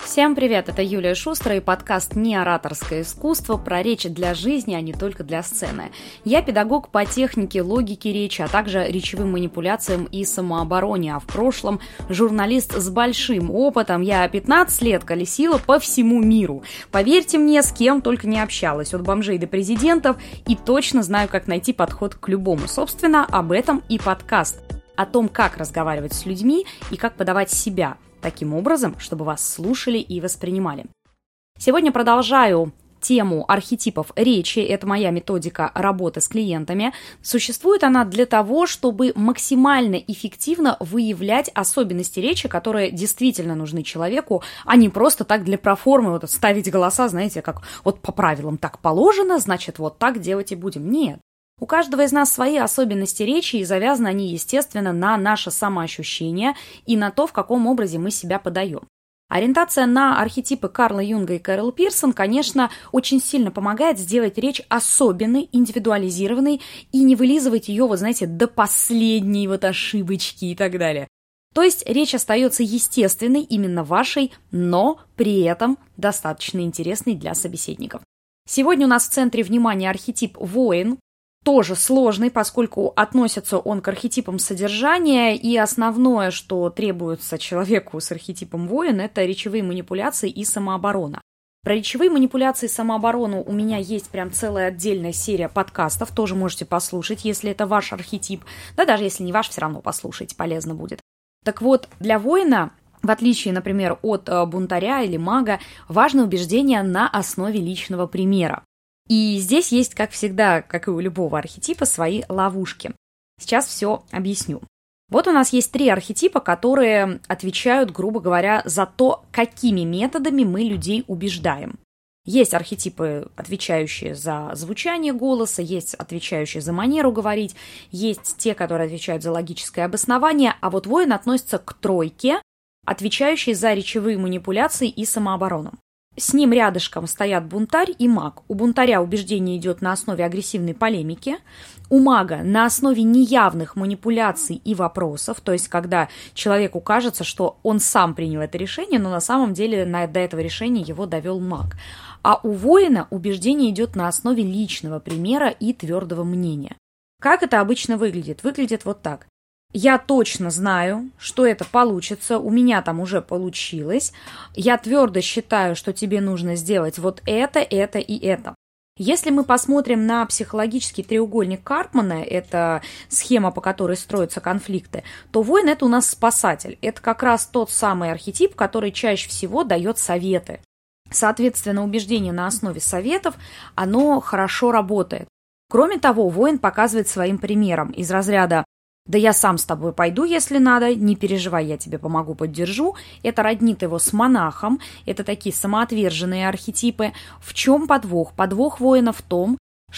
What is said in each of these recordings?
Всем привет, это Юлия Шустера и подкаст «Неораторское искусство» про речь для жизни, а не только для сцены. Я педагог по технике, логике речи, а также речевым манипуляциям и самообороне, а в прошлом журналист с большим опытом. Я 15 лет колесила по всему миру. Поверьте мне, с кем только не общалась, от бомжей до президентов, и точно знаю, как найти подход к любому. Собственно, об этом и подкаст. О том, как разговаривать с людьми и как подавать себя таким образом, чтобы вас слушали и воспринимали. Сегодня продолжаю тему архетипов речи. Это моя методика работы с клиентами. Существует она для того, чтобы максимально эффективно выявлять особенности речи, которые действительно нужны человеку, а не просто так для проформы вот ставить голоса, знаете, как вот по правилам так положено, значит вот так делать и будем. Нет. У каждого из нас свои особенности речи, и завязаны они, естественно, на наше самоощущение и на то, в каком образе мы себя подаем. Ориентация на архетипы Карла Юнга и Кэрол Пирсон, конечно, очень сильно помогает сделать речь особенной, индивидуализированной и не вылизывать ее, вот знаете, до последней вот ошибочки и так далее. То есть речь остается естественной, именно вашей, но при этом достаточно интересной для собеседников. Сегодня у нас в центре внимания архетип воин. Тоже сложный, поскольку относится он к архетипам содержания, и основное, что требуется человеку с архетипом воин, это речевые манипуляции и самооборона. Про речевые манипуляции и самооборону у меня есть прям целая отдельная серия подкастов, тоже можете послушать, если это ваш архетип, да даже если не ваш, все равно послушайте, полезно будет. Так вот, для воина, в отличие, например, от бунтаря или мага, важно убеждение на основе личного примера. И здесь есть, как всегда, как и у любого архетипа, свои ловушки. Сейчас все объясню. Вот у нас есть 3 архетипа, которые отвечают, грубо говоря, за то, какими методами мы людей убеждаем. Есть архетипы, отвечающие за звучание голоса, есть отвечающие за манеру говорить, есть те, которые отвечают за логическое обоснование, а вот воин относится к 3, отвечающие за речевые манипуляции и самооборону. С ним рядышком стоят бунтарь и маг. У бунтаря убеждение идет на основе агрессивной полемики, у мага на основе неявных манипуляций и вопросов, то есть когда человеку кажется, что он сам принял это решение, но на самом деле до этого решения его довел маг. А у воина убеждение идет на основе личного примера и твердого мнения. Как это обычно выглядит? Выглядит вот так. Я точно знаю, что это получится, у меня там уже получилось. Я твердо считаю, что тебе нужно сделать вот это и это. Если мы посмотрим на психологический треугольник Карпмана, это схема, по которой строятся конфликты, то воин – это у нас спасатель. Это как раз тот самый архетип, который чаще всего дает советы. Соответственно, убеждение на основе советов, оно хорошо работает. Кроме того, воин показывает своим примером из разряда: «Да я сам с тобой пойду, если надо, не переживай, я тебе помогу, поддержу». Это роднит его с монахом, это такие самоотверженные архетипы. В чем подвох? Подвох воина в том,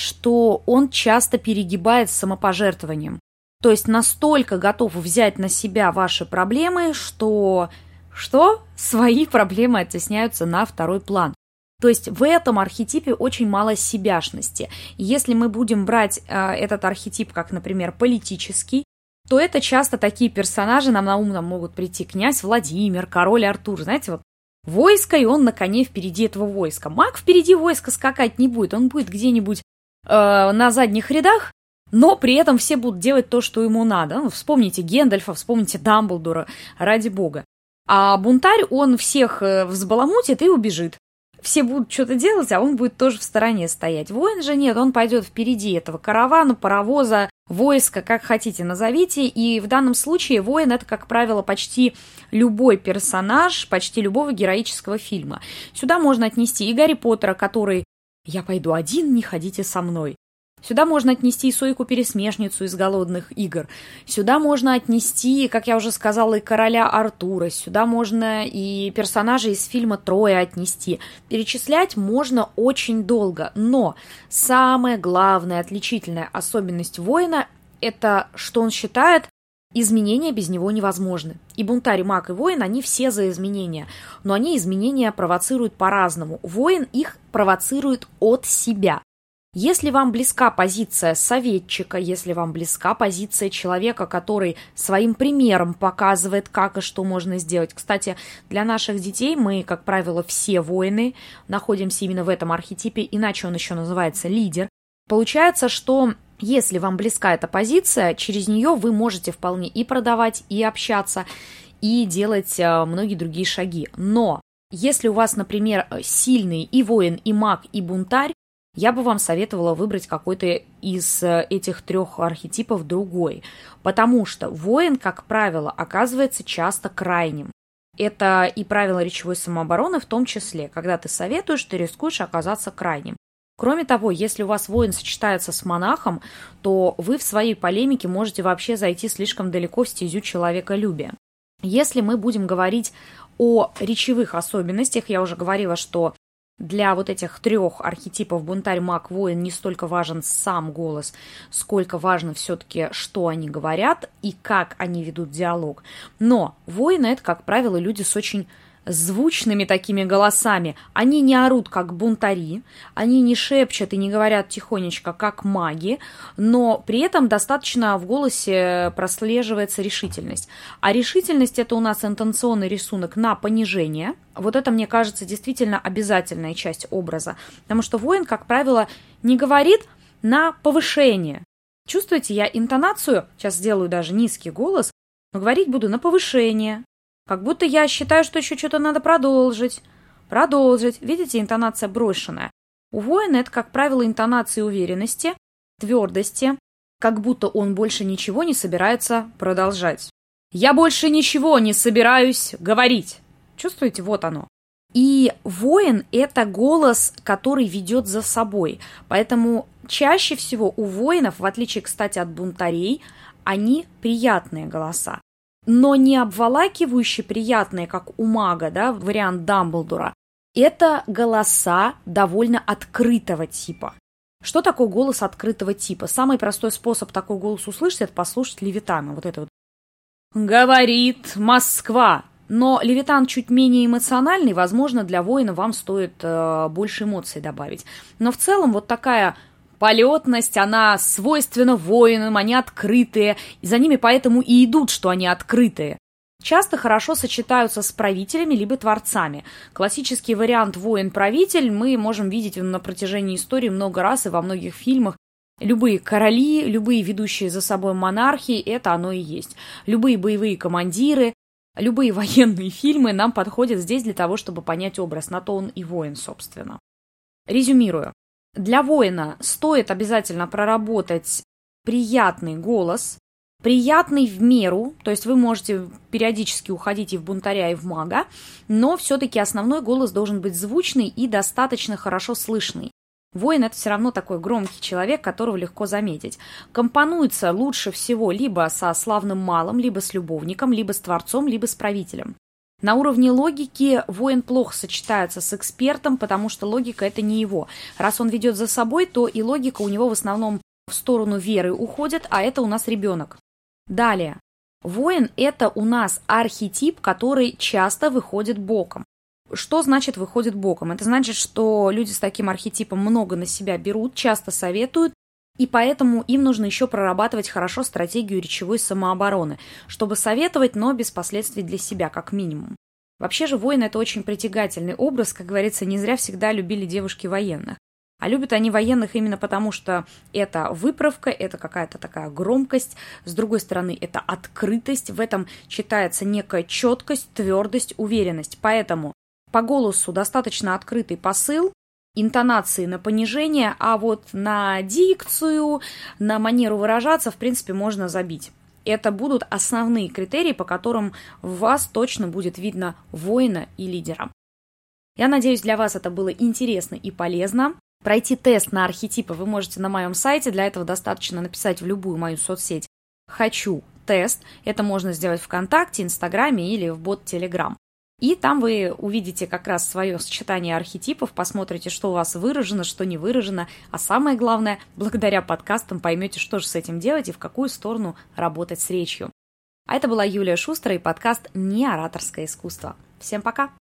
что он часто перегибает с самопожертвованием. То есть настолько готов взять на себя ваши проблемы, что свои проблемы оттесняются на второй план. То есть в этом архетипе очень мало себяшности. Если мы будем брать этот архетип как, например, политический, то это часто такие персонажи, нам на ум могут прийти князь Владимир, король Артур, знаете, вот войско, и он на коне впереди этого войска. Маг впереди войска скакать не будет, он будет где-нибудь на задних рядах, но при этом все будут делать то, что ему надо. Ну, вспомните Гэндальфа, вспомните Дамблдора, ради бога. А бунтарь, он всех взбаламутит и убежит. Все будут что-то делать, а он будет тоже в стороне стоять. Воин же нет, он пойдет впереди этого каравана, паровоза, войска, как хотите назовите. И в данном случае воин – это, как правило, почти любой персонаж, почти любого героического фильма. Сюда можно отнести и Гарри Поттера, который «Я пойду один, не ходите со мной». Сюда можно отнести и Сойку-пересмешницу из «Голодных игр». Сюда можно отнести, как я уже сказала, и короля Артура. Сюда можно и персонажей из фильма «Троя» отнести. Перечислять можно очень долго. Но самая главная отличительная особенность воина – это что он считает, изменения без него невозможны. И бунтарь, и маг, и воин, они все за изменения. Но они изменения провоцируют по-разному. Воин их провоцирует от себя. Если вам близка позиция советчика, если вам близка позиция человека, который своим примером показывает, как и что можно сделать. Кстати, для наших детей мы, как правило, все воины, находимся именно в этом архетипе, иначе он еще называется лидер. Получается, что если вам близка эта позиция, через нее вы можете вполне и продавать, и общаться, и делать многие другие шаги. Но если у вас, например, сильный и воин, и маг, и бунтарь, я бы вам советовала выбрать какой-то из этих 3 архетипов другой, потому что воин, как правило, оказывается часто крайним. Это и правило речевой самообороны в том числе. Когда ты советуешь, ты рискуешь оказаться крайним. Кроме того, если у вас воин сочетается с монахом, то вы в своей полемике можете вообще зайти слишком далеко в стезю человеколюбия. Если мы будем говорить о речевых особенностях, я уже говорила, что для вот этих 3 архетипов бунтарь, маг, воин не столько важен сам голос, сколько важно все-таки, что они говорят и как они ведут диалог. Но воины – это, как правило, люди с очень звучными такими голосами. Они не орут, как бунтари, они не шепчут и не говорят тихонечко, как маги, но при этом достаточно в голосе прослеживается решительность. А решительность – это у нас интонационный рисунок на понижение. Вот это, мне кажется, действительно обязательная часть образа, потому что воин, как правило, не говорит на повышение. Чувствуете, я интонацию, сейчас сделаю даже низкий голос, но говорить буду на повышение. Как будто я считаю, что еще что-то надо продолжить. Видите, интонация брошенная. У воина это, как правило, интонация уверенности, твердости, как будто он больше ничего не собирается продолжать. Я больше ничего не собираюсь говорить. Чувствуете? Вот оно. И воин – это голос, который ведет за собой. Поэтому чаще всего у воинов, в отличие, кстати, от бунтарей, они приятные голоса. Но не обволакивающие приятные, как у мага, да, вариант Дамблдора. Это голоса довольно открытого типа. Что такое голос открытого типа? Самый простой способ такой голос услышать – это послушать Левитана. Вот это вот. «Говорит Москва». Но Левитан чуть менее эмоциональный, возможно, для воина вам стоит больше эмоций добавить. Но в целом вот такая полетность, она свойственна воинам, они открытые, и за ними поэтому и идут, что они открытые. Часто хорошо сочетаются с правителями либо творцами. Классический вариант воин-правитель мы можем видеть на протяжении истории много раз и во многих фильмах. Любые короли, любые ведущие за собой монархии – это оно и есть. Любые боевые командиры, любые военные фильмы нам подходят здесь для того, чтобы понять образ. На то он и воин, собственно. Резюмирую. Для воина стоит обязательно проработать приятный голос, приятный в меру, то есть вы можете периодически уходить и в бунтаря, и в мага, но все-таки основной голос должен быть звучный и достаточно хорошо слышный. Воин – это все равно такой громкий человек, которого легко заметить. Компонуется лучше всего либо со славным малым, либо с любовником, либо с творцом, либо с правителем. На уровне логики воин плохо сочетается с экспертом, потому что логика – это не его. Раз он ведет за собой, то и логика у него в основном в сторону веры уходит, а это у нас ребенок. Далее. Воин – это у нас архетип, который часто выходит боком. Что значит выходит боком? Это значит, что люди с таким архетипом много на себя берут, часто советуют, и поэтому им нужно еще прорабатывать хорошо стратегию речевой самообороны, чтобы советовать, но без последствий для себя, как минимум. Вообще же воин – это очень притягательный образ, как говорится, не зря всегда любили девушки военных. А любят они военных именно потому, что это выправка, это какая-то такая громкость, с другой стороны, это открытость, в этом читается некая четкость, твердость, уверенность. Поэтому по голосу достаточно открытый посыл, интонации на понижение, а вот на дикцию, на манеру выражаться, в принципе, можно забить. Это будут основные критерии, по которым в вас точно будет видно воина и лидера. Я надеюсь, для вас это было интересно и полезно. Пройти тест на архетипы вы можете на моем сайте. Для этого достаточно написать в любую мою соцсеть «Хочу тест». Это можно сделать ВКонтакте, Инстаграме или в бот Телеграм. И там вы увидите как раз свое сочетание архетипов, посмотрите, что у вас выражено, что не выражено, а самое главное, благодаря подкастам поймете, что же с этим делать и в какую сторону работать с речью. А это была Юлия Шустера и подкаст «Неораторское искусство». Всем пока!